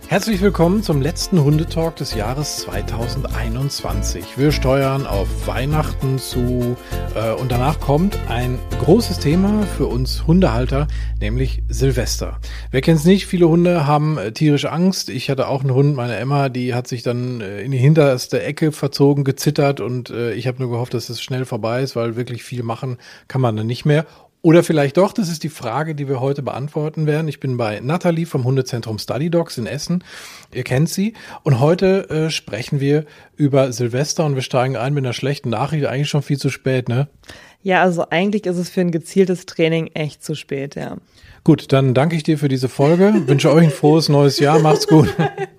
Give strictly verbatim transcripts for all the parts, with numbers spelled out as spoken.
Herzlich willkommen zum letzten Hundetalk des Jahres zweitausendeinundzwanzig. Wir steuern auf Weihnachten zu äh, und danach kommt ein großes Thema für uns Hundehalter, nämlich Silvester. Wer kennt's nicht? Viele Hunde haben äh, tierische Angst. Ich hatte auch einen Hund, meine Emma, die hat sich dann äh, in die hinterste Ecke verzogen, gezittert und äh, ich habe nur gehofft, dass es schnell vorbei ist, weil wirklich viel machen kann man dann nicht mehr. Oder vielleicht doch, das ist die Frage, die wir heute beantworten werden. Ich bin bei Nathalie vom Hundezentrum Study Dogs in Essen. Ihr kennt sie. Und heute äh, sprechen wir über Silvester und wir steigen ein mit einer schlechten Nachricht. Eigentlich schon viel zu spät, ne? Ja, also eigentlich ist es für ein gezieltes Training echt zu spät, ja. Gut, dann danke ich dir für diese Folge. Wünsche euch ein frohes neues Jahr. Macht's gut.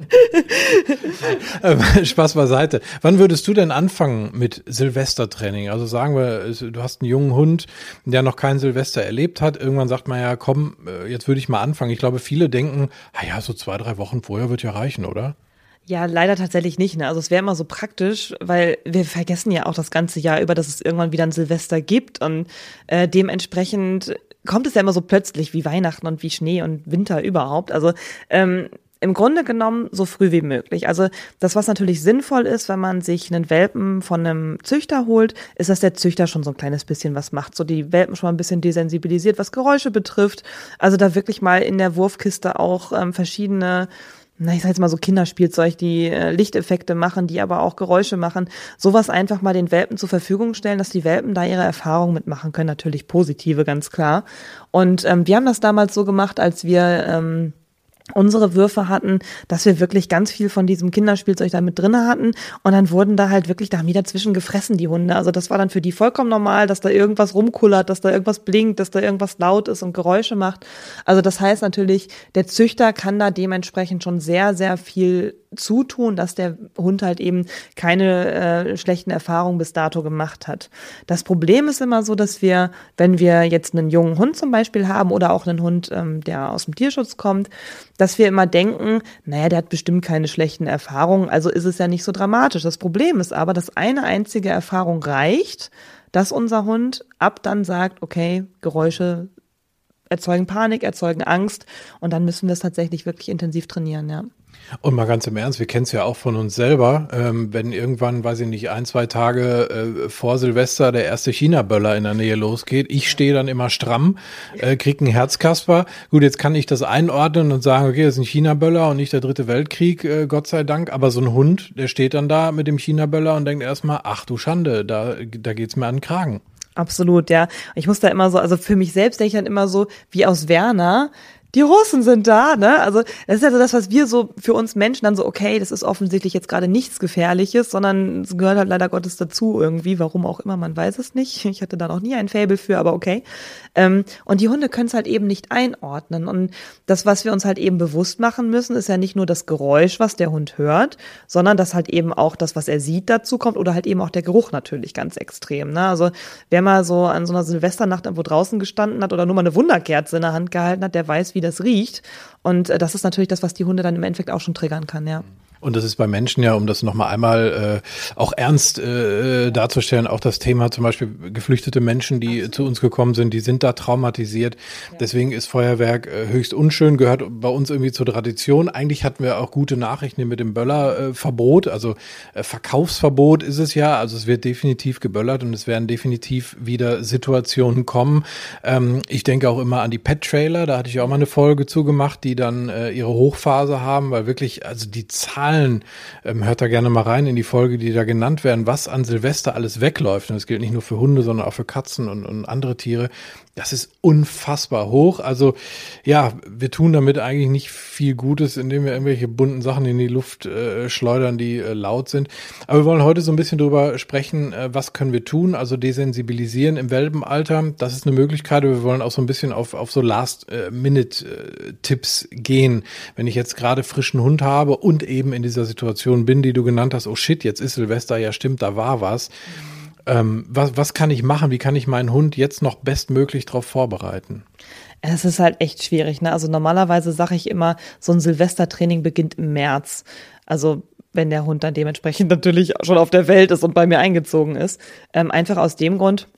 Spaß beiseite. Wann würdest du denn anfangen mit Silvestertraining? Also sagen wir, du hast einen jungen Hund, der noch kein Silvester erlebt hat. Irgendwann sagt man ja, komm, jetzt würde ich mal anfangen. Ich glaube, viele denken, ah ja, so zwei, drei Wochen vorher wird ja reichen, oder? Ja, leider tatsächlich nicht. Ne? Also es wäre immer so praktisch, weil wir vergessen ja auch das ganze Jahr über, dass es irgendwann wieder ein Silvester gibt und äh, dementsprechend kommt es ja immer so plötzlich wie Weihnachten und wie Schnee und Winter überhaupt. Also ähm, im Grunde genommen so früh wie möglich. Also das, was natürlich sinnvoll ist, wenn man sich einen Welpen von einem Züchter holt, ist, dass der Züchter schon so ein kleines bisschen was macht. So die Welpen schon mal ein bisschen desensibilisiert, was Geräusche betrifft. Also da wirklich mal in der Wurfkiste auch ähm, verschiedene, na, ich sag jetzt mal so Kinderspielzeug, die äh, Lichteffekte machen, die aber auch Geräusche machen, sowas einfach mal den Welpen zur Verfügung stellen, dass die Welpen da ihre Erfahrungen mitmachen können, natürlich positive, ganz klar. Und ähm, wir haben das damals so gemacht, als wir ähm, unsere Würfe hatten, dass wir wirklich ganz viel von diesem Kinderspielzeug da mit drin hatten und dann wurden da halt wirklich, da haben die dazwischen gefressen, die Hunde. Also das war dann für die vollkommen normal, dass da irgendwas rumkullert, dass da irgendwas blinkt, dass da irgendwas laut ist und Geräusche macht. Also das heißt natürlich, der Züchter kann da dementsprechend schon sehr, sehr viel zutun, dass der Hund halt eben keine äh, schlechten Erfahrungen bis dato gemacht hat. Das Problem ist immer so, dass wir, wenn wir jetzt einen jungen Hund zum Beispiel haben oder auch einen Hund, ähm, der aus dem Tierschutz kommt, dass wir immer denken, naja, der hat bestimmt keine schlechten Erfahrungen, also ist es ja nicht so dramatisch. Das Problem ist aber, dass eine einzige Erfahrung reicht, dass unser Hund ab dann sagt, okay, Geräusche erzeugen Panik, erzeugen Angst und dann müssen wir es tatsächlich wirklich intensiv trainieren, ja. Und mal ganz im Ernst, wir kennen es ja auch von uns selber, ähm, wenn irgendwann, weiß ich nicht, ein, zwei Tage äh, vor Silvester der erste China-Böller in der Nähe losgeht. Ich stehe dann immer stramm, äh, krieg einen Herzkasper. Gut, jetzt kann ich das einordnen und sagen, okay, das ist ein China-Böller und nicht der dritte Weltkrieg, äh, Gott sei Dank. Aber so ein Hund, der steht dann da mit dem China-Böller und denkt erstmal, ach du Schande, da, da geht's mir an den Kragen. Absolut, ja. Ich muss da immer so, also für mich selbst denke ich dann immer so, wie aus Werner, die Russen sind da, ne? Also das ist ja so das, was wir so für uns Menschen dann so, okay, das ist offensichtlich jetzt gerade nichts Gefährliches, sondern es gehört halt leider Gottes dazu irgendwie, warum auch immer, man weiß es nicht. Ich hatte da noch nie ein Faible für, aber okay. Ähm, und die Hunde können es halt eben nicht einordnen. Und das, was wir uns halt eben bewusst machen müssen, ist ja nicht nur das Geräusch, was der Hund hört, sondern dass halt eben auch das, was er sieht, dazu kommt oder halt eben auch der Geruch natürlich ganz extrem, ne? Also wer mal so an so einer Silvesternacht irgendwo draußen gestanden hat oder nur mal eine Wunderkerze in der Hand gehalten hat, der weiß, wie das riecht. Und äh, das ist natürlich das, was die Hunde dann im Endeffekt auch schon triggern kann, ja. Und das ist bei Menschen ja, um das nochmal einmal äh, auch ernst äh, darzustellen, auch das Thema zum Beispiel geflüchtete Menschen, die Absolut. Zu uns gekommen sind, die sind da traumatisiert. Ja. Deswegen ist Feuerwerk äh, höchst unschön, gehört bei uns irgendwie zur Tradition. Eigentlich hatten wir auch gute Nachrichten mit dem Böllerverbot, äh, also äh, Verkaufsverbot ist es ja. Also es wird definitiv geböllert und es werden definitiv wieder Situationen kommen. Ähm, ich denke auch immer an die Pet-Trailer, da hatte ich auch mal eine Folge zugemacht, die dann äh, ihre Hochphase haben, weil wirklich, also die Zahl Ähm, hört da gerne mal rein in die Folge, die da genannt werden, was an Silvester alles wegläuft. Und das gilt nicht nur für Hunde, sondern auch für Katzen und, und andere Tiere. Das ist unfassbar hoch. Also ja, wir tun damit eigentlich nicht viel Gutes, indem wir irgendwelche bunten Sachen in die Luft äh, schleudern, die äh, laut sind. Aber wir wollen heute so ein bisschen drüber sprechen, äh, was können wir tun, also desensibilisieren im Welpenalter. Das ist eine Möglichkeit. Wir wollen auch so ein bisschen auf, auf so Last-Minute-Tipps gehen. Wenn ich jetzt gerade frischen Hund habe und eben in dieser Situation bin, die du genannt hast, oh shit, jetzt ist Silvester, ja stimmt, da war was. Ähm, was, was kann ich machen? Wie kann ich meinen Hund jetzt noch bestmöglich darauf vorbereiten? Es ist halt echt schwierig, ne? Also normalerweise sage ich immer, so ein Silvestertraining beginnt im März. Also wenn der Hund dann dementsprechend natürlich schon auf der Welt ist und bei mir eingezogen ist. Ähm, einfach aus dem Grund,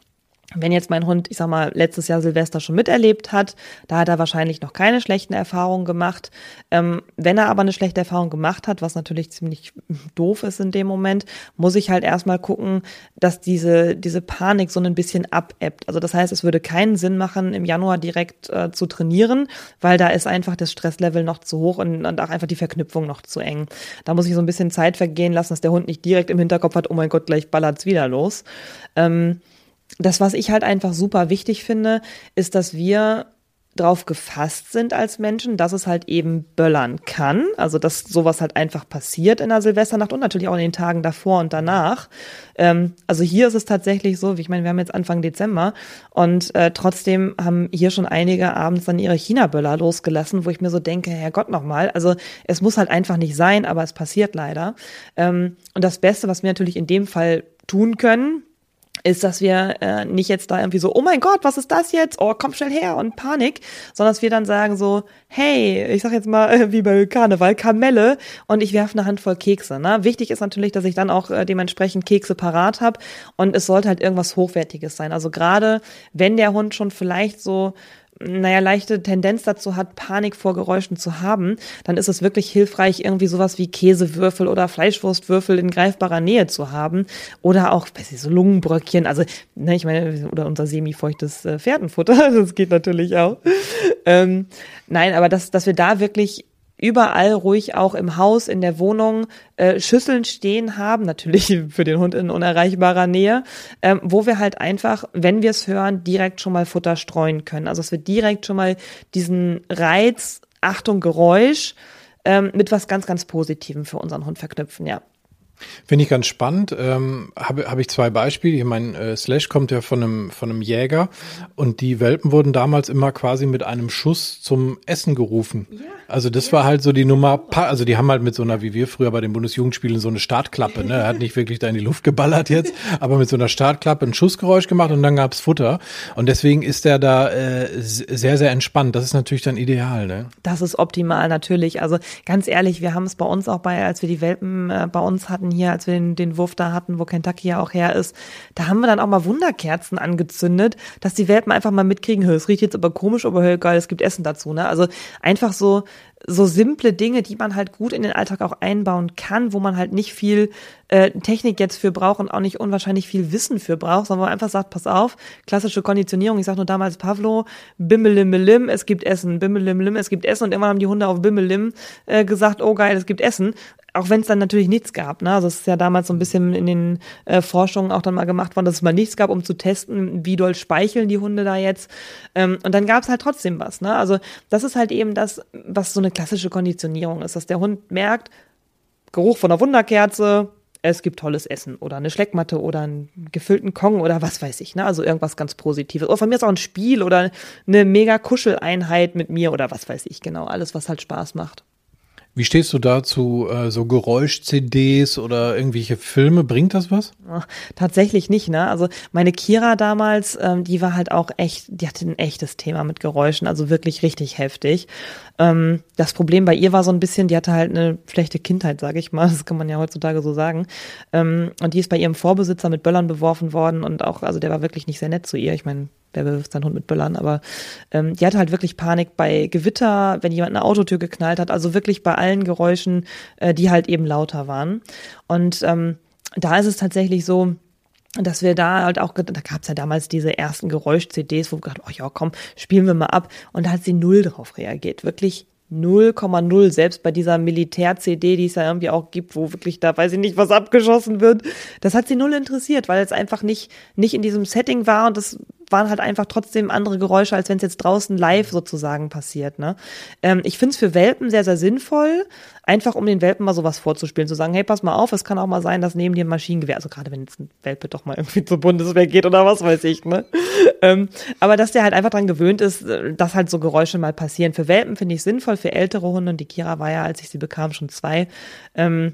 Wenn jetzt mein Hund, ich sag mal, letztes Jahr Silvester schon miterlebt hat, da hat er wahrscheinlich noch keine schlechten Erfahrungen gemacht. Ähm, wenn er aber eine schlechte Erfahrung gemacht hat, was natürlich ziemlich doof ist in dem Moment, muss ich halt erstmal gucken, dass diese diese Panik so ein bisschen abebbt. Also das heißt, es würde keinen Sinn machen, im Januar direkt äh, zu trainieren, weil da ist einfach das Stresslevel noch zu hoch und, und auch einfach die Verknüpfung noch zu eng. Da muss ich so ein bisschen Zeit vergehen lassen, dass der Hund nicht direkt im Hinterkopf hat, oh mein Gott, gleich ballert's wieder los. Ähm, Das, was ich halt einfach super wichtig finde, ist, dass wir drauf gefasst sind als Menschen, dass es halt eben böllern kann. Also, dass sowas halt einfach passiert in der Silvesternacht und natürlich auch in den Tagen davor und danach. Ähm, also hier ist es tatsächlich so, ich meine, wir haben jetzt Anfang Dezember und äh, trotzdem haben hier schon einige abends dann ihre China-Böller losgelassen, wo ich mir so denke, Herrgott nochmal, also es muss halt einfach nicht sein, aber es passiert leider. Ähm, und das Beste, was wir natürlich in dem Fall tun können, ist, dass wir äh, nicht jetzt da irgendwie so, oh mein Gott, was ist das jetzt? Oh, komm schnell her und Panik, sondern dass wir dann sagen so, hey, ich sag jetzt mal äh, wie bei Karneval, Kamelle und ich werfe eine Handvoll Kekse. Ne? Wichtig ist natürlich, dass ich dann auch äh, dementsprechend Kekse parat habe und es sollte halt irgendwas Hochwertiges sein. Also gerade wenn der Hund schon vielleicht so naja, leichte Tendenz dazu hat, Panik vor Geräuschen zu haben, dann ist es wirklich hilfreich, irgendwie sowas wie Käsewürfel oder Fleischwurstwürfel in greifbarer Nähe zu haben. Oder auch, weiß ich, so Lungenbröckchen, also, ne, ich meine, oder unser semifeuchtes äh, Pferdenfutter, das geht natürlich auch. Ähm, nein, aber dass, dass wir da wirklich überall ruhig auch im Haus, in der Wohnung äh, Schüsseln stehen haben, natürlich für den Hund in unerreichbarer Nähe, ähm, wo wir halt einfach, wenn wir es hören, direkt schon mal Futter streuen können. Also dass wir direkt schon mal diesen Reiz, Achtung, Geräusch ähm, mit was ganz, ganz Positivem für unseren Hund verknüpfen, ja. Finde ich ganz spannend. Ähm, habe hab ich zwei Beispiele. Ich meine, äh, Slash kommt ja von einem, von einem Jäger und die Welpen wurden damals immer quasi mit einem Schuss zum Essen gerufen. Ja, also das ja. war halt so die Nummer, also die haben halt mit so einer, wie wir früher bei den Bundesjugendspielen, so eine Startklappe, ne? Er hat nicht wirklich da in die Luft geballert jetzt, aber mit so einer Startklappe ein Schussgeräusch gemacht und dann gab's Futter. Und deswegen ist er da äh, sehr, sehr entspannt. Das ist natürlich dann ideal, ne? Das ist optimal, natürlich. Also ganz ehrlich, wir haben es bei uns auch bei, als wir die Welpen äh, bei uns hatten, hier, als wir den, den Wurf da hatten, wo Kentucky ja auch her ist, da haben wir dann auch mal Wunderkerzen angezündet, dass die Welpen einfach mal mitkriegen, es riecht jetzt aber komisch, aber hey, geil, es gibt Essen dazu, ne? Also einfach so, so simple Dinge, die man halt gut in den Alltag auch einbauen kann, wo man halt nicht viel äh, Technik jetzt für braucht und auch nicht unwahrscheinlich viel Wissen für braucht, sondern man einfach sagt, pass auf, klassische Konditionierung, ich sag nur damals Pavlo, Bimmelimmelim, es gibt Essen, Bimmelimmelim, es gibt Essen und irgendwann haben die Hunde auf Bimmelim äh, gesagt, oh geil, es gibt Essen. Auch wenn es dann natürlich nichts gab, ne? Also es ist ja damals so ein bisschen in den äh, Forschungen auch dann mal gemacht worden, dass es mal nichts gab, um zu testen, wie doll speicheln die Hunde da jetzt. Ähm, und dann gab es halt trotzdem was, ne? Also das ist halt eben das, was so eine klassische Konditionierung ist, dass der Hund merkt, Geruch von einer Wunderkerze, es gibt tolles Essen oder eine Schleckmatte oder einen gefüllten Kong oder was weiß ich, ne? Also irgendwas ganz Positives. Oder von mir ist auch ein Spiel oder eine mega Kuscheleinheit mit mir oder was weiß ich, genau. Alles, was halt Spaß macht. Wie stehst du da zu äh, so Geräusch-C Ds oder irgendwelche Filme? Bringt das was? Ach, tatsächlich nicht, ne? Also meine Kira damals, ähm, die war halt auch echt, die hatte ein echtes Thema mit Geräuschen, also wirklich richtig heftig. Ähm, das Problem bei ihr war so ein bisschen, die hatte halt eine schlechte Kindheit, sage ich mal, das kann man ja heutzutage so sagen. Ähm, und die ist bei ihrem Vorbesitzer mit Böllern beworfen worden und auch, also der war wirklich nicht sehr nett zu ihr. Ich meine, wer bewirft seinen Hund mit Böllern, aber ähm, die hatte halt wirklich Panik bei Gewitter, wenn jemand eine Autotür geknallt hat, also wirklich bei allen Geräuschen, äh, die halt eben lauter waren. Und ähm, da ist es tatsächlich so, dass wir da halt auch, da gab es ja damals diese ersten Geräusch-C Ds, wo wir gedacht, oh ja, komm, spielen wir mal ab. Und da hat sie null drauf reagiert, wirklich null Komma null, selbst bei dieser Militär-C D, die es ja irgendwie auch gibt, wo wirklich da, weiß ich nicht, was abgeschossen wird. Das hat sie null interessiert, weil es einfach nicht, nicht in diesem Setting war und das waren halt einfach trotzdem andere Geräusche, als wenn es jetzt draußen live sozusagen passiert, ne? Ähm, ich finde es für Welpen sehr, sehr sinnvoll, einfach um den Welpen mal sowas vorzuspielen, zu sagen, hey, pass mal auf, es kann auch mal sein, dass neben dir ein Maschinengewehr, also gerade wenn jetzt ein Welpe doch mal irgendwie zur Bundeswehr geht oder was weiß ich, ne? ähm, aber dass der halt einfach dran gewöhnt ist, dass halt so Geräusche mal passieren. Für Welpen finde ich sinnvoll, für ältere Hunde, und die Kira war ja, als ich sie bekam, schon zwei, ähm,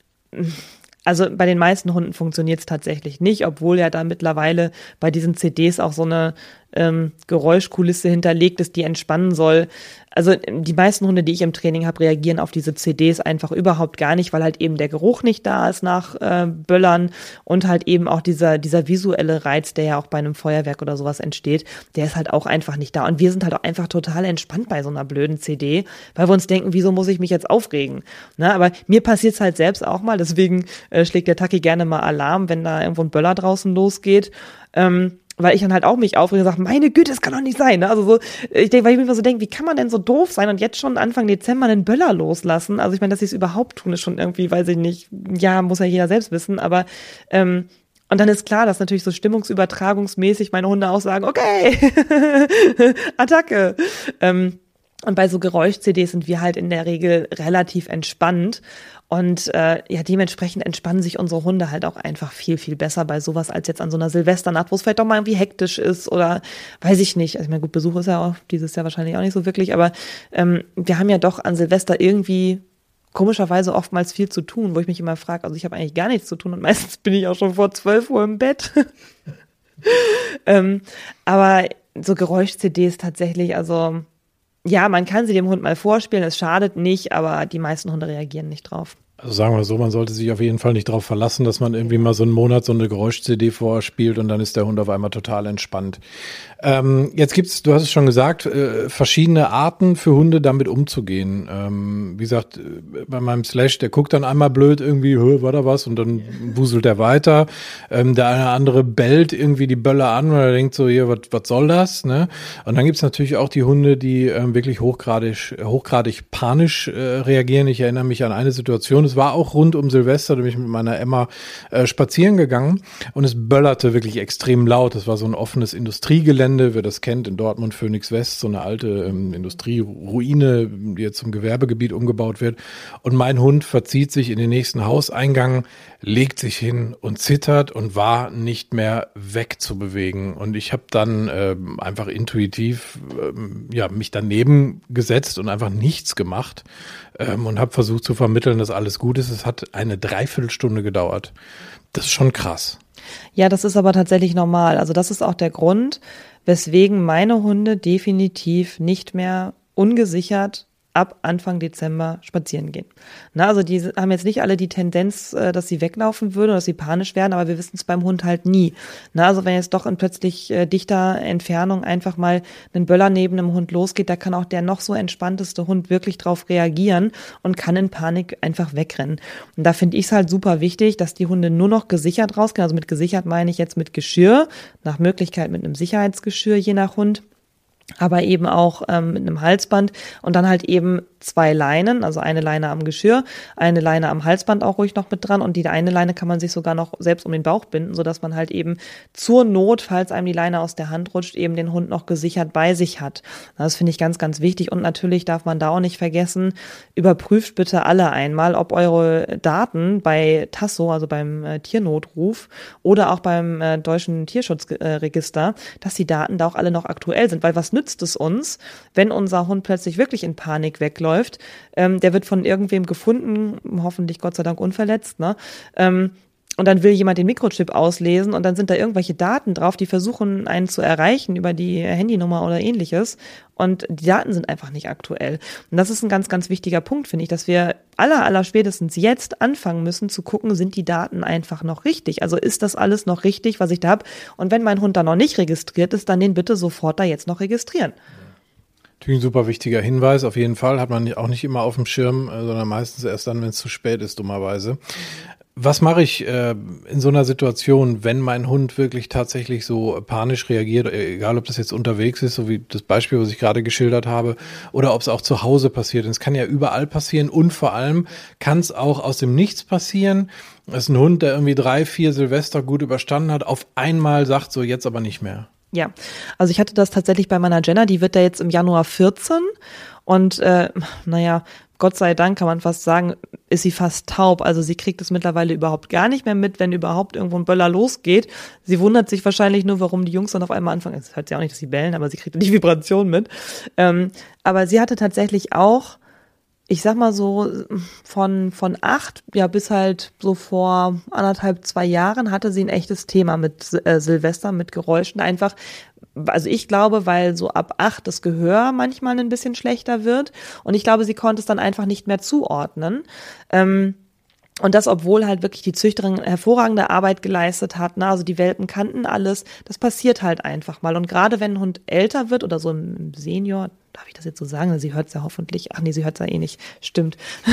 also bei den meisten Hunden funktioniert es tatsächlich nicht, obwohl ja da mittlerweile bei diesen C Ds auch so eine ähm, Geräuschkulisse hinterlegt ist, die entspannen soll. Also die meisten Hunde, die ich im Training habe, reagieren auf diese C Ds einfach überhaupt gar nicht, weil halt eben der Geruch nicht da ist nach äh, Böllern und halt eben auch dieser dieser visuelle Reiz, der ja auch bei einem Feuerwerk oder sowas entsteht, der ist halt auch einfach nicht da. Und wir sind halt auch einfach total entspannt bei so einer blöden C D, weil wir uns denken, wieso muss ich mich jetzt aufregen? Na, aber mir passiert es halt selbst auch mal, deswegen äh, schlägt der Taki gerne mal Alarm, wenn da irgendwo ein Böller draußen losgeht. Ähm, weil ich dann halt auch mich aufrege und sage, meine Güte, das kann doch nicht sein. Ne? Also so, ich denke, weil ich mir immer so denke, wie kann man denn so doof sein und jetzt schon Anfang Dezember einen Böller loslassen? Also ich meine, dass sie es überhaupt tun, ist schon irgendwie, weiß ich nicht, ja, muss ja jeder selbst wissen, aber ähm, und dann ist klar, dass natürlich so stimmungsübertragungsmäßig meine Hunde auch sagen, okay, Attacke. Ähm, und bei so Geräusch-C Ds sind wir halt in der Regel relativ entspannt. Und äh, ja, dementsprechend entspannen sich unsere Hunde halt auch einfach viel, viel besser bei sowas als jetzt an so einer Silvesternacht, wo es vielleicht doch mal irgendwie hektisch ist oder weiß ich nicht. Also ich meine, gut, Besuch ist ja auch dieses Jahr wahrscheinlich auch nicht so wirklich, aber ähm, wir haben ja doch an Silvester irgendwie komischerweise oftmals viel zu tun, wo ich mich immer frage, also ich habe eigentlich gar nichts zu tun und meistens bin ich auch schon vor zwölf Uhr im Bett. ähm, aber so Geräusch-C Ds tatsächlich, also ja, man kann sie dem Hund mal vorspielen, es schadet nicht, aber die meisten Hunde reagieren nicht drauf. Also sagen wir so, man sollte sich auf jeden Fall nicht darauf verlassen, dass man irgendwie mal so einen Monat so eine Geräusch-C D vorspielt und dann ist der Hund auf einmal total entspannt. Ähm, jetzt gibt's, du hast es schon gesagt, äh, verschiedene Arten für Hunde damit umzugehen. Ähm, wie gesagt, bei meinem Slash, der guckt dann einmal blöd irgendwie, hö, war da was? Und dann wuselt er weiter. Ähm, der eine andere bellt irgendwie die Böller an, weil er denkt so, hier, was was soll das? Ne? Und dann gibt's natürlich auch die Hunde, die ähm, wirklich hochgradig, hochgradig panisch äh, reagieren. Ich erinnere mich an eine Situation, es war auch rund um Silvester, da bin ich mit meiner Emma äh, spazieren gegangen und es böllerte wirklich extrem laut. Es war so ein offenes Industriegelände, wer das kennt, in Dortmund, Phoenix West, so eine alte ähm, Industrieruine, die jetzt zum Gewerbegebiet umgebaut wird. Und mein Hund verzieht sich in den nächsten Hauseingang, legt sich hin und zittert und war nicht mehr wegzubewegen. Und ich habe dann äh, einfach intuitiv äh, ja, mich daneben gesetzt und einfach nichts gemacht ähm, und habe versucht zu vermitteln, dass alles gut ist. Es hat eine Dreiviertelstunde gedauert. Das ist schon krass. Ja, das ist aber tatsächlich normal. Also das ist auch der Grund, weswegen meine Hunde definitiv nicht mehr ungesichert ab Anfang Dezember spazieren gehen. Na, also die haben jetzt nicht alle die Tendenz, dass sie weglaufen würden oder dass sie panisch werden, aber wir wissen es beim Hund halt nie. Na, also wenn jetzt doch in plötzlich äh, dichter Entfernung einfach mal ein Böller neben einem Hund losgeht, da kann auch der noch so entspannteste Hund wirklich drauf reagieren und kann in Panik einfach wegrennen. Und da finde ich es halt super wichtig, dass die Hunde nur noch gesichert rausgehen. Also mit gesichert meine ich jetzt mit Geschirr, nach Möglichkeit mit einem Sicherheitsgeschirr je nach Hund, aber eben auch ähm, mit einem Halsband und dann halt eben zwei Leinen, also eine Leine am Geschirr, eine Leine am Halsband auch ruhig noch mit dran und die eine Leine kann man sich sogar noch selbst um den Bauch binden, sodass man halt eben zur Not, falls einem die Leine aus der Hand rutscht, eben den Hund noch gesichert bei sich hat. Das finde ich ganz, ganz wichtig und natürlich darf man da auch nicht vergessen, überprüft bitte alle einmal, ob eure Daten bei Tasso, also beim äh, Tiernotruf oder auch beim äh, Deutschen Tierschutzregister, dass die Daten da auch alle noch aktuell sind, weil was nützt es uns, wenn unser Hund plötzlich wirklich in Panik wegläuft? Ähm, der wird von irgendwem gefunden, hoffentlich Gott sei Dank unverletzt, ne? Ähm, und dann will jemand den Mikrochip auslesen und dann sind da irgendwelche Daten drauf, die versuchen, einen zu erreichen über die Handynummer oder ähnliches. Und die Daten sind einfach nicht aktuell. Und das ist ein ganz, ganz wichtiger Punkt, finde ich, dass wir aller, aller spätestens jetzt anfangen müssen zu gucken, sind die Daten einfach noch richtig? Also ist das alles noch richtig, was ich da habe? Und wenn mein Hund da noch nicht registriert ist, dann den bitte sofort da jetzt noch registrieren. Natürlich ein super wichtiger Hinweis, auf jeden Fall. Hat man auch nicht immer auf dem Schirm, sondern meistens erst dann, wenn es zu spät ist, dummerweise. Was mache ich äh, in so einer Situation, wenn mein Hund wirklich tatsächlich so panisch reagiert, egal ob das jetzt unterwegs ist, so wie das Beispiel, was ich gerade geschildert habe, oder ob es auch zu Hause passiert. Es kann ja überall passieren und vor allem kann es auch aus dem Nichts passieren, dass ein Hund, der irgendwie drei, vier Silvester gut überstanden hat, auf einmal sagt so, jetzt aber nicht mehr. Ja, also ich hatte das tatsächlich bei meiner Jenna, die wird da jetzt im Januar vierzehn und äh, naja, Gott sei Dank kann man fast sagen, ist sie fast taub. Also sie kriegt es mittlerweile überhaupt gar nicht mehr mit, wenn überhaupt irgendwo ein Böller losgeht. Sie wundert sich wahrscheinlich nur, warum die Jungs dann auf einmal anfangen. Es hört sie auch nicht, dass sie bellen, aber sie kriegt die Vibration mit. Ähm, aber sie hatte tatsächlich auch, ich sag mal so, von von acht ja bis halt so vor anderthalb, zwei Jahren hatte sie ein echtes Thema mit äh, Silvester, mit Geräuschen. Einfach, also ich glaube, weil so ab acht das Gehör manchmal ein bisschen schlechter wird und ich glaube, sie konnte es dann einfach nicht mehr zuordnen. Ähm, Und das, obwohl halt wirklich die Züchterin hervorragende Arbeit geleistet hat, ne? Also die Welpen kannten alles, das passiert halt einfach mal. Und gerade wenn ein Hund älter wird oder so ein Senior, darf ich das jetzt so sagen? Sie hört es ja hoffentlich, ach nee, sie hört es ja eh nicht, stimmt.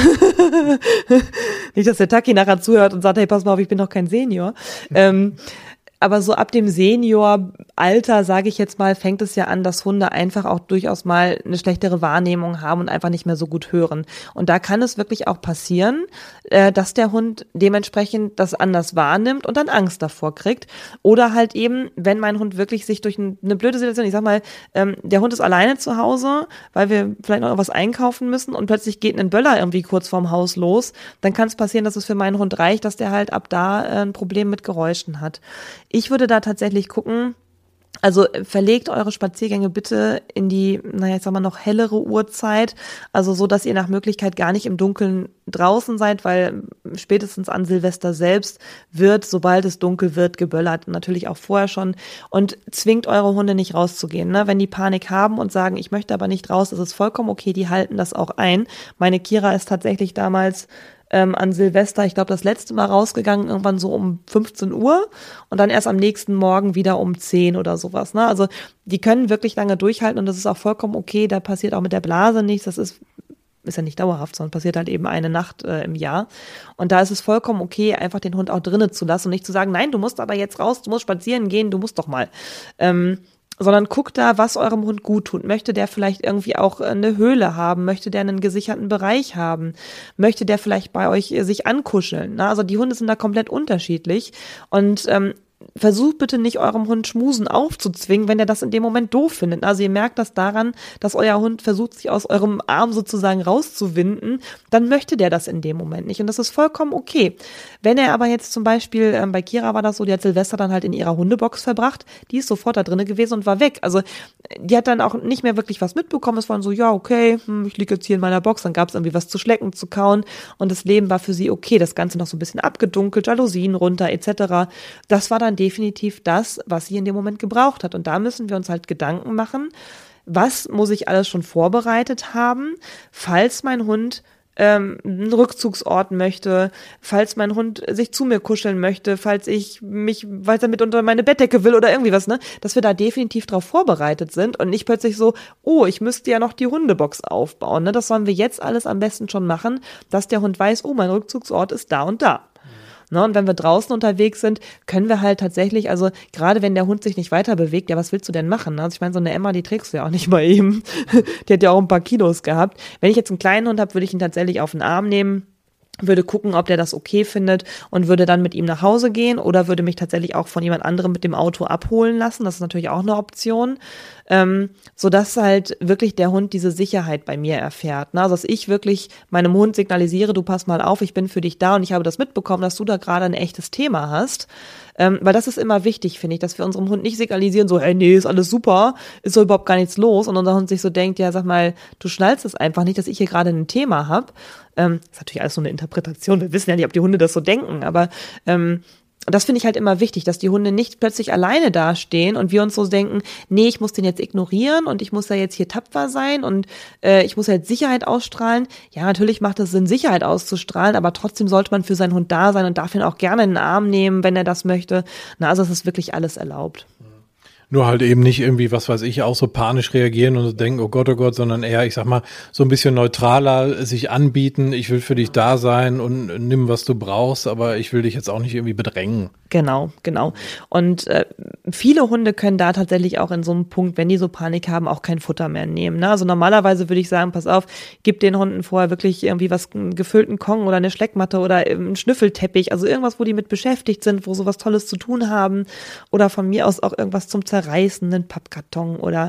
Nicht, dass der Taki nachher zuhört und sagt, hey, pass mal auf, ich bin doch kein Senior. ähm, Aber so ab dem Senioralter, sage ich jetzt mal, fängt es ja an, dass Hunde einfach auch durchaus mal eine schlechtere Wahrnehmung haben und einfach nicht mehr so gut hören. Und da kann es wirklich auch passieren, äh, dass der Hund dementsprechend das anders wahrnimmt und dann Angst davor kriegt. Oder halt eben, wenn mein Hund wirklich sich durch ein, eine blöde Situation, ich sag mal, ähm, der Hund ist alleine zu Hause, weil wir vielleicht noch was einkaufen müssen und plötzlich geht ein Böller irgendwie kurz vorm Haus los, dann kann es passieren, dass es für meinen Hund reicht, dass der halt ab da äh, ein Problem mit Geräuschen hat. Ich würde da tatsächlich gucken, also verlegt eure Spaziergänge bitte in die, naja, ich sag mal noch hellere Uhrzeit, also so, dass ihr nach Möglichkeit gar nicht im Dunkeln draußen seid, weil spätestens an Silvester selbst wird, sobald es dunkel wird, geböllert, natürlich auch vorher schon, und zwingt eure Hunde nicht rauszugehen, ne? Wenn die Panik haben und sagen, ich möchte aber nicht raus, ist es vollkommen okay, die halten das auch ein. Meine Kira ist tatsächlich damals Ähm, an Silvester, ich glaube, das letzte Mal rausgegangen, irgendwann so um fünfzehn Uhr und dann erst am nächsten Morgen wieder um zehn oder sowas. Ne? Also die können wirklich lange durchhalten und das ist auch vollkommen okay, da passiert auch mit der Blase nichts, das ist ist ja nicht dauerhaft, sondern passiert halt eben eine Nacht äh, im Jahr. Und da ist es vollkommen okay, einfach den Hund auch drinnen zu lassen und nicht zu sagen, nein, du musst aber jetzt raus, du musst spazieren gehen, du musst doch mal. Ähm, sondern guckt da, was eurem Hund gut tut. Möchte der vielleicht irgendwie auch eine Höhle haben? Möchte der einen gesicherten Bereich haben? Möchte der vielleicht bei euch sich ankuscheln? Also die Hunde sind da komplett unterschiedlich und ähm, versucht bitte nicht eurem Hund Schmusen aufzuzwingen, wenn er das in dem Moment doof findet. Also ihr merkt das daran, dass euer Hund versucht, sich aus eurem Arm sozusagen rauszuwinden, dann möchte der das in dem Moment nicht und das ist vollkommen okay. Wenn er aber jetzt zum Beispiel, ähm, bei Kira war das so, die hat Silvester dann halt in ihrer Hundebox verbracht, die ist sofort da drinne gewesen und war weg. Also die hat dann auch nicht mehr wirklich was mitbekommen, es war so, ja okay, hm, ich liege jetzt hier in meiner Box, dann gab es irgendwie was zu schlecken, zu kauen und das Leben war für sie okay, das Ganze noch so ein bisschen abgedunkelt, Jalousien runter et cetera. Das war dann definitiv das, was sie in dem Moment gebraucht hat. Und da müssen wir uns halt Gedanken machen, was muss ich alles schon vorbereitet haben, falls mein Hund ähm, einen Rückzugsort möchte, falls mein Hund sich zu mir kuscheln möchte, falls ich mich weiter mit unter meine Bettdecke will oder irgendwie was, ne, dass wir da definitiv drauf vorbereitet sind und nicht plötzlich so, oh, ich müsste ja noch die Hundebox aufbauen, ne, das sollen wir jetzt alles am besten schon machen, dass der Hund weiß, oh, mein Rückzugsort ist da und da. Ne, und wenn wir draußen unterwegs sind, können wir halt tatsächlich, also gerade wenn der Hund sich nicht weiter bewegt, ja, was willst du denn machen? Ne? Also ich meine, so eine Emma, die trägst du ja auch nicht mal eben. Die hat ja auch ein paar Kilos gehabt. Wenn ich jetzt einen kleinen Hund habe, würde ich ihn tatsächlich auf den Arm nehmen, würde gucken, ob der das okay findet und würde dann mit ihm nach Hause gehen oder würde mich tatsächlich auch von jemand anderem mit dem Auto abholen lassen. Das ist natürlich auch eine Option, ähm, sodass halt wirklich der Hund diese Sicherheit bei mir erfährt. Ne? Also dass ich wirklich meinem Hund signalisiere, du pass mal auf, ich bin für dich da und ich habe das mitbekommen, dass du da gerade ein echtes Thema hast. Ähm, weil das ist immer wichtig, finde ich, dass wir unserem Hund nicht signalisieren, so, hey, nee, ist alles super, ist so überhaupt gar nichts los und unser Hund sich so denkt, ja, sag mal, du schnallst es einfach nicht, dass ich hier gerade ein Thema habe. Ähm, ist natürlich alles so eine Interpretation, wir wissen ja nicht, ob die Hunde das so denken, aber ähm, das finde ich halt immer wichtig, dass die Hunde nicht plötzlich alleine dastehen und wir uns so denken, nee, ich muss den jetzt ignorieren und ich muss ja jetzt hier tapfer sein und äh, ich muss ja jetzt Sicherheit ausstrahlen. Ja, natürlich macht es Sinn, Sicherheit auszustrahlen, aber trotzdem sollte man für seinen Hund da sein und darf ihn auch gerne in den Arm nehmen, wenn er das möchte. Na, also es ist wirklich alles erlaubt. Nur halt eben nicht irgendwie, was weiß ich, auch so panisch reagieren und so denken, oh Gott, oh Gott, sondern eher, ich sag mal, so ein bisschen neutraler sich anbieten, ich will für dich da sein und nimm, was du brauchst, aber ich will dich jetzt auch nicht irgendwie bedrängen. Genau, genau. Und äh, viele Hunde können da tatsächlich auch in so einem Punkt, wenn die so Panik haben, auch kein Futter mehr nehmen. Ne? Also normalerweise würde ich sagen, pass auf, gib den Hunden vorher wirklich irgendwie was, einen gefüllten Kong oder eine Schleckmatte oder einen Schnüffelteppich, also irgendwas, wo die mit beschäftigt sind, wo sie was Tolles zu tun haben oder von mir aus auch irgendwas zum Zerreißen, einen Pappkarton oder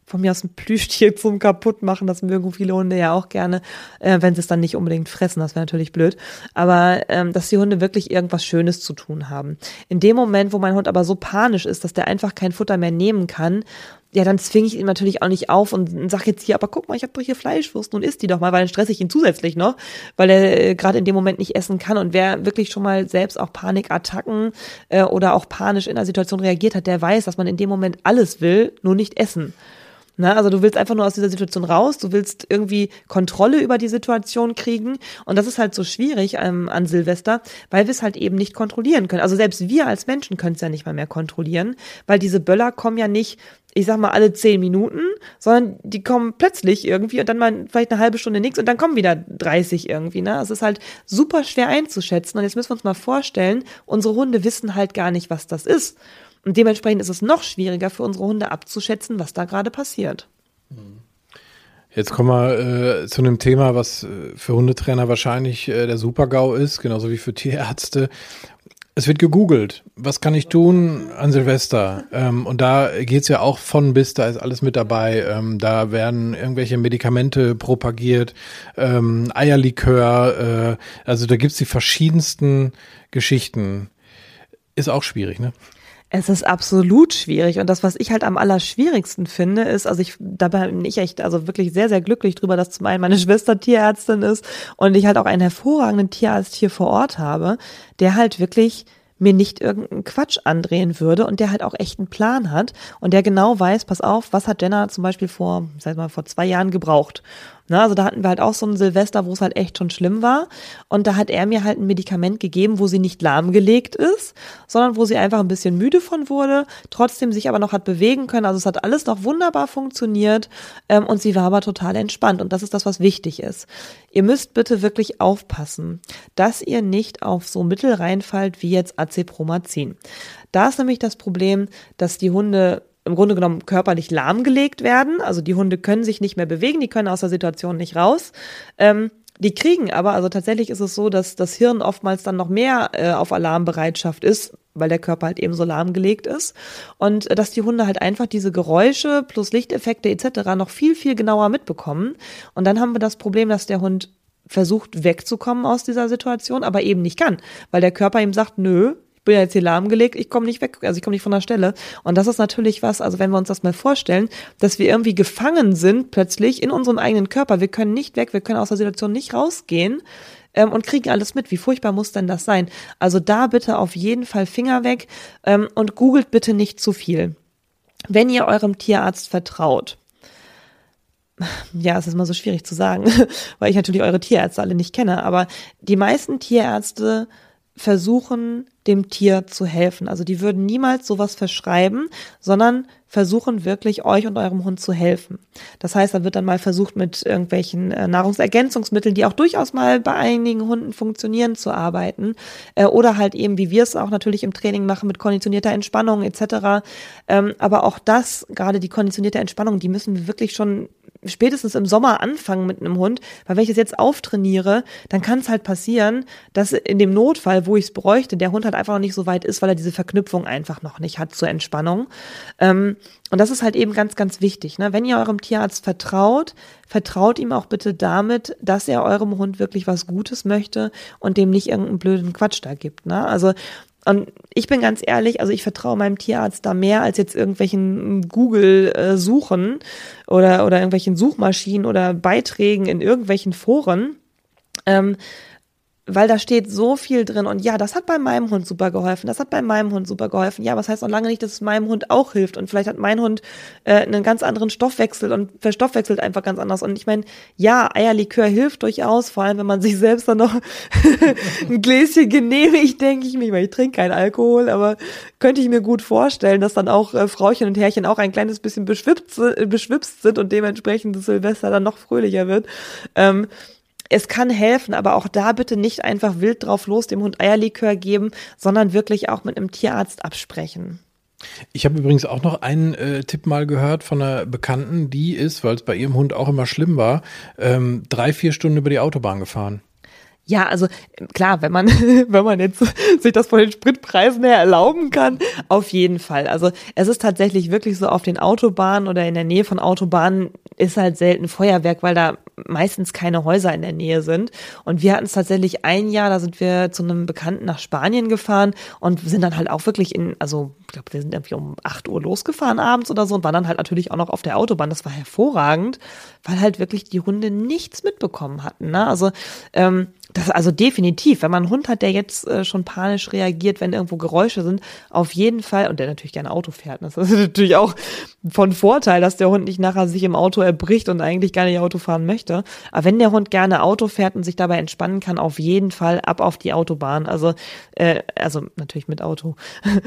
von mir aus ein Plüschtier zum Kaputtmachen, das mögen viele Hunde ja auch gerne, äh, wenn sie es dann nicht unbedingt fressen, das wäre natürlich blöd, aber ähm, dass die Hunde wirklich irgendwas Schönes zu tun haben. In dem Moment, wo mein Hund aber so panisch ist, dass der einfach kein Futter mehr nehmen kann, ja, dann zwinge ich ihn natürlich auch nicht auf und sage jetzt hier, aber guck mal, ich habe doch hier Fleischwurst, nun isst die doch mal, weil dann stresse ich ihn zusätzlich noch, weil er äh, gerade in dem Moment nicht essen kann. Und wer wirklich schon mal selbst auch Panikattacken äh, oder auch panisch in einer Situation reagiert hat, der weiß, dass man in dem Moment alles will, nur nicht essen. Na, also du willst einfach nur aus dieser Situation raus, du willst irgendwie Kontrolle über die Situation kriegen und das ist halt so schwierig ähm, an Silvester, weil wir es halt eben nicht kontrollieren können. Also selbst wir als Menschen können es ja nicht mal mehr kontrollieren, weil diese Böller kommen ja nicht, ich sag mal, alle zehn Minuten, sondern die kommen plötzlich irgendwie und dann mal vielleicht eine halbe Stunde nichts und dann kommen wieder dreißig irgendwie. Ne? Es ist halt super schwer einzuschätzen und jetzt müssen wir uns mal vorstellen, unsere Hunde wissen halt gar nicht, was das ist. Und dementsprechend ist es noch schwieriger für unsere Hunde abzuschätzen, was da gerade passiert. Jetzt kommen wir äh, zu einem Thema, was äh, für Hundetrainer wahrscheinlich äh, der Super-GAU ist, genauso wie für Tierärzte. Es wird gegoogelt. Was kann ich tun an Silvester? Ähm, und da geht's ja auch von bis, da ist alles mit dabei. Ähm, da werden irgendwelche Medikamente propagiert, ähm, Eierlikör, äh, also da gibt's die verschiedensten Geschichten. Ist auch schwierig, ne? Es ist absolut schwierig und das, was ich halt am allerschwierigsten finde, ist, also ich, dabei bin ich echt, also wirklich sehr, sehr glücklich drüber, dass zum einen meine Schwester Tierärztin ist und ich halt auch einen hervorragenden Tierarzt hier vor Ort habe, der halt wirklich mir nicht irgendeinen Quatsch andrehen würde und der halt auch echt einen Plan hat und der genau weiß, pass auf, was hat Jenna zum Beispiel vor, sag mal, vor zwei Jahren gebraucht. Na, also da hatten wir halt auch so ein Silvester, wo es halt echt schon schlimm war und da hat er mir halt ein Medikament gegeben, wo sie nicht lahmgelegt ist, sondern wo sie einfach ein bisschen müde von wurde, trotzdem sich aber noch hat bewegen können, also es hat alles noch wunderbar funktioniert ähm, und sie war aber total entspannt und das ist das, was wichtig ist. Ihr müsst bitte wirklich aufpassen, dass ihr nicht auf so Mittel reinfallt wie jetzt Acepromazin. Da ist nämlich das Problem, dass die Hunde im Grunde genommen körperlich lahmgelegt werden. Also die Hunde können sich nicht mehr bewegen, die können aus der Situation nicht raus. Ähm, die kriegen aber, also tatsächlich ist es so, dass das Hirn oftmals dann noch mehr äh, auf Alarmbereitschaft ist, weil der Körper halt eben so lahmgelegt ist. Und äh, dass die Hunde halt einfach diese Geräusche plus Lichteffekte et cetera noch viel, viel genauer mitbekommen. Und dann haben wir das Problem, dass der Hund versucht wegzukommen aus dieser Situation, aber eben nicht kann, weil der Körper ihm sagt, nö, bin ja jetzt hier lahmgelegt, ich komme nicht weg, also ich komme nicht von der Stelle. Und das ist natürlich was, also wenn wir uns das mal vorstellen, dass wir irgendwie gefangen sind plötzlich in unserem eigenen Körper, wir können nicht weg, wir können aus der Situation nicht rausgehen ähm, und kriegen alles mit. Wie furchtbar muss denn das sein? Also da bitte auf jeden Fall Finger weg ähm, und googelt bitte nicht zu viel. Wenn ihr eurem Tierarzt vertraut, ja, es ist immer so schwierig zu sagen, weil ich natürlich eure Tierärzte alle nicht kenne, aber die meisten Tierärzte versuchen, dem Tier zu helfen. Also die würden niemals sowas verschreiben, sondern versuchen wirklich euch und eurem Hund zu helfen. Das heißt, da wird dann mal versucht, mit irgendwelchen äh, Nahrungsergänzungsmitteln, die auch durchaus mal bei einigen Hunden funktionieren, zu arbeiten. Äh, oder halt eben, wie wir es auch natürlich im Training machen, mit konditionierter Entspannung et cetera. Ähm, aber auch das, gerade die konditionierte Entspannung, die müssen wir wirklich schon spätestens im Sommer anfangen mit einem Hund, weil wenn ich es jetzt auftrainiere, dann kann es halt passieren, dass in dem Notfall, wo ich es bräuchte, der Hund halt einfach noch nicht so weit ist, weil er diese Verknüpfung einfach noch nicht hat zur Entspannung. Ähm, und das ist halt eben ganz, ganz wichtig. Ne? Wenn ihr eurem Tierarzt vertraut, vertraut ihm auch bitte damit, dass er eurem Hund wirklich was Gutes möchte und dem nicht irgendeinen blöden Quatsch da gibt. Ne? Also und ich bin ganz ehrlich, also ich vertraue meinem Tierarzt da mehr als jetzt irgendwelchen Google-Suchen oder, oder irgendwelchen Suchmaschinen oder Beiträgen in irgendwelchen Foren, ähm, weil da steht so viel drin und ja, das hat bei meinem Hund super geholfen, das hat bei meinem Hund super geholfen. Ja, aber das heißt noch lange nicht, dass es meinem Hund auch hilft und vielleicht hat mein Hund äh, einen ganz anderen Stoffwechsel und verstoffwechselt einfach ganz anders. Und ich meine, ja, Eierlikör hilft durchaus, vor allem wenn man sich selbst dann noch ein Gläschen genehmigt, denke ich mir, weil ich trinke keinen Alkohol, aber könnte ich mir gut vorstellen, dass dann auch äh, Frauchen und Herrchen auch ein kleines bisschen beschwipst, äh, beschwipst sind und dementsprechend das Silvester dann noch fröhlicher wird. Ähm, Es kann helfen, aber auch da bitte nicht einfach wild drauf los dem Hund Eierlikör geben, sondern wirklich auch mit einem Tierarzt absprechen. Ich habe übrigens auch noch einen äh, Tipp mal gehört von einer Bekannten, die ist, weil es bei ihrem Hund auch immer schlimm war, ähm, drei, vier Stunden über die Autobahn gefahren. Ja, also klar, wenn man wenn man jetzt sich das von den Spritpreisen her erlauben kann, auf jeden Fall. Also es ist tatsächlich wirklich so, auf den Autobahnen oder in der Nähe von Autobahnen ist halt selten Feuerwerk, weil da meistens keine Häuser in der Nähe sind. Und wir hatten es tatsächlich ein Jahr, da sind wir zu einem Bekannten nach Spanien gefahren und sind dann halt auch wirklich in, also ich glaube, wir sind irgendwie um acht Uhr losgefahren abends oder so und waren dann halt natürlich auch noch auf der Autobahn. Das war hervorragend, weil halt wirklich die Hunde nichts mitbekommen hatten. Ne? Also ähm, das also definitiv, wenn man einen Hund hat, der jetzt äh, schon panisch reagiert, wenn irgendwo Geräusche sind, auf jeden Fall, und der natürlich gerne Auto fährt, das ist natürlich auch von Vorteil, dass der Hund nicht nachher sich im Auto erbricht und eigentlich gar nicht Auto fahren möchte. Aber wenn der Hund gerne Auto fährt und sich dabei entspannen kann, auf jeden Fall ab auf die Autobahn. Also, äh, also natürlich mit Auto.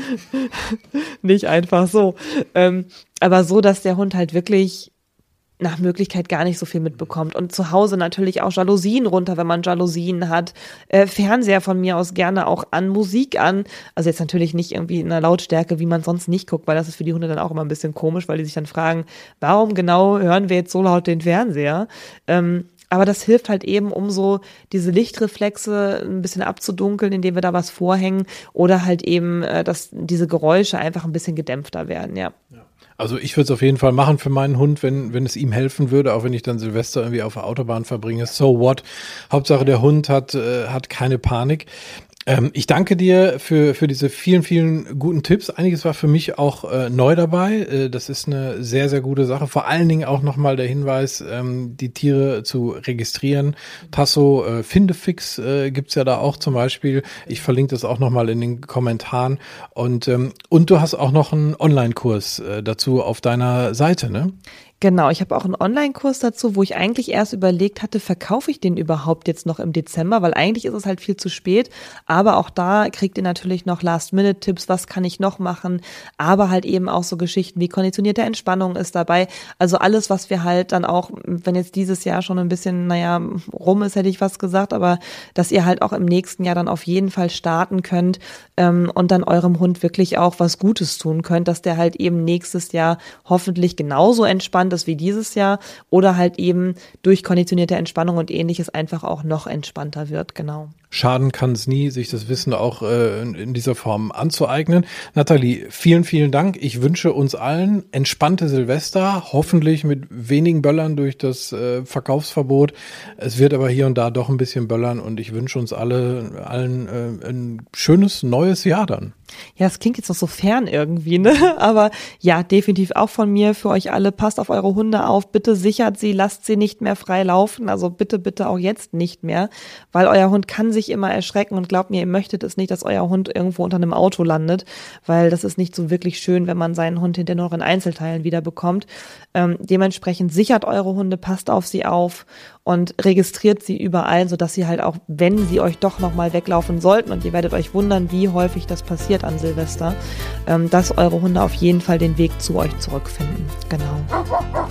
Nicht einfach so. Ähm, aber so, dass der Hund halt wirklich nach Möglichkeit gar nicht so viel mitbekommt. Und zu Hause natürlich auch Jalousien runter, wenn man Jalousien hat. Äh, Fernseher von mir aus gerne auch an, Musik an. Also jetzt natürlich nicht irgendwie in einer Lautstärke, wie man sonst nicht guckt, weil das ist für die Hunde dann auch immer ein bisschen komisch, weil die sich dann fragen, warum genau hören wir jetzt so laut den Fernseher? Ähm, aber das hilft halt eben, um so diese Lichtreflexe ein bisschen abzudunkeln, indem wir da was vorhängen oder halt eben, äh, dass diese Geräusche einfach ein bisschen gedämpfter werden, ja. Ja. Also ich würde es auf jeden Fall machen für meinen Hund, wenn wenn es ihm helfen würde, auch wenn ich dann Silvester irgendwie auf der Autobahn verbringe. So what? Hauptsache der Hund hat äh, hat keine Panik. Ähm, ich danke dir für für diese vielen, vielen guten Tipps. Einiges war für mich auch äh, neu dabei. Äh, das ist eine sehr, sehr gute Sache. Vor allen Dingen auch nochmal der Hinweis, ähm, die Tiere zu registrieren. Tasso, äh, Findefix äh, gibt's ja da auch zum Beispiel. Ich verlinke das auch nochmal in den Kommentaren. Und ähm, und du hast auch noch einen Online-Kurs äh, dazu auf deiner Seite, ne? Genau, ich habe auch einen Online-Kurs dazu, wo ich eigentlich erst überlegt hatte, verkaufe ich den überhaupt jetzt noch im Dezember, weil eigentlich ist es halt viel zu spät, aber auch da kriegt ihr natürlich noch Last-Minute-Tipps, was kann ich noch machen, aber halt eben auch so Geschichten wie konditionierte Entspannung ist dabei, also alles, was wir halt dann auch, wenn jetzt dieses Jahr schon ein bisschen, naja, rum ist, hätte ich was gesagt, aber dass ihr halt auch im nächsten Jahr dann auf jeden Fall starten könnt ähm, und dann eurem Hund wirklich auch was Gutes tun könnt, dass der halt eben nächstes Jahr hoffentlich genauso entspannt ist wie dieses Jahr oder halt eben durch konditionierte Entspannung und ähnliches einfach auch noch entspannter wird, genau. Schaden kann es nie, sich das Wissen auch äh, in dieser Form anzueignen. Nathalie, vielen, vielen Dank. Ich wünsche uns allen entspannte Silvester, hoffentlich mit wenigen Böllern durch das äh, Verkaufsverbot. Es wird aber hier und da doch ein bisschen böllern und ich wünsche uns alle allen äh, ein schönes neues Jahr dann. Ja, das klingt jetzt noch so fern irgendwie, ne? Aber ja, definitiv auch von mir für euch alle. Passt auf eure Hunde auf, bitte sichert sie, lasst sie nicht mehr frei laufen. Also bitte, bitte auch jetzt nicht mehr, weil euer Hund kann sich immer erschrecken und glaubt mir, ihr möchtet es nicht, dass euer Hund irgendwo unter einem Auto landet, weil das ist nicht so wirklich schön, wenn man seinen Hund hinterher noch in Einzelteilen wieder bekommt. Ähm, dementsprechend sichert eure Hunde, passt auf sie auf und registriert sie überall, sodass sie halt auch, wenn sie euch doch nochmal weglaufen sollten, und ihr werdet euch wundern, wie häufig das passiert an Silvester, ähm, dass eure Hunde auf jeden Fall den Weg zu euch zurückfinden. Genau.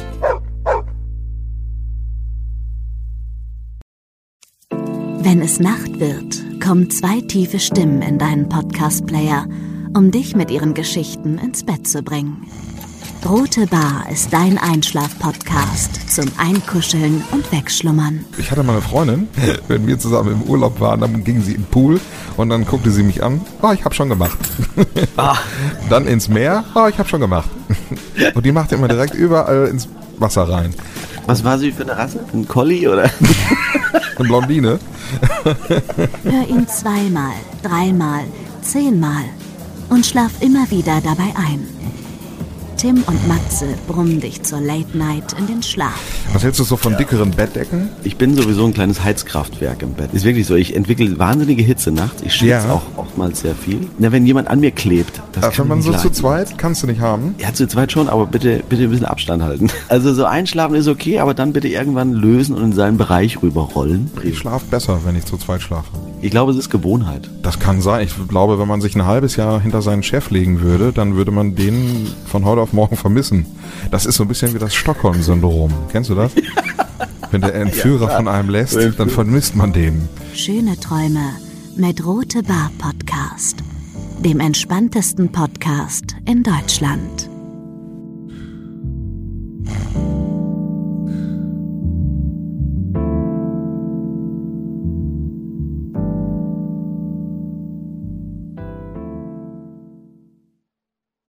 Wenn es Nacht wird, kommen zwei tiefe Stimmen in deinen Podcast-Player, um dich mit ihren Geschichten ins Bett zu bringen. Rote Bar ist dein Einschlaf-Podcast zum Einkuscheln und Wegschlummern. Ich hatte mal eine Freundin, wenn wir zusammen im Urlaub waren, dann ging sie im Pool und dann guckte sie mich an. Ah, oh, ich habe schon gemacht. Ah. Dann ins Meer. Ah, oh, ich habe schon gemacht. Und die machte immer direkt überall ins Wasser rein. Was war sie für eine Rasse? Ein Collie oder? Eine Blondine. Hör ihn zweimal, dreimal, zehnmal und schlaf immer wieder dabei ein. Tim und Matze brummen dich zur Late Night in den Schlaf. Was hältst du so von dickeren Bettdecken? Ich bin sowieso ein kleines Heizkraftwerk im Bett. Ist wirklich so, ich entwickle wahnsinnige Hitze nachts. Ich schwitze ja. auch oftmals sehr viel. Na, wenn jemand an mir klebt, das Ach, kann wenn man so leiden. Zu zweit, kannst du nicht haben? Ja, zu zweit schon, aber bitte, bitte ein bisschen Abstand halten. Also so einschlafen ist okay, aber dann bitte irgendwann lösen und in seinen Bereich rüberrollen. Ich schlafe besser, wenn ich zu zweit schlafe. Ich glaube, es ist Gewohnheit. Das kann sein. Ich glaube, wenn man sich ein halbes Jahr hinter seinen Chef legen würde, dann würde man den von heute auf morgen vermissen. Das ist so ein bisschen wie das Stockholm-Syndrom. Kennst du das? Wenn der Entführer ja, von einem lässt, dann vermisst man den. Schöne Träume mit Rote Bar Podcast, dem entspanntesten Podcast in Deutschland.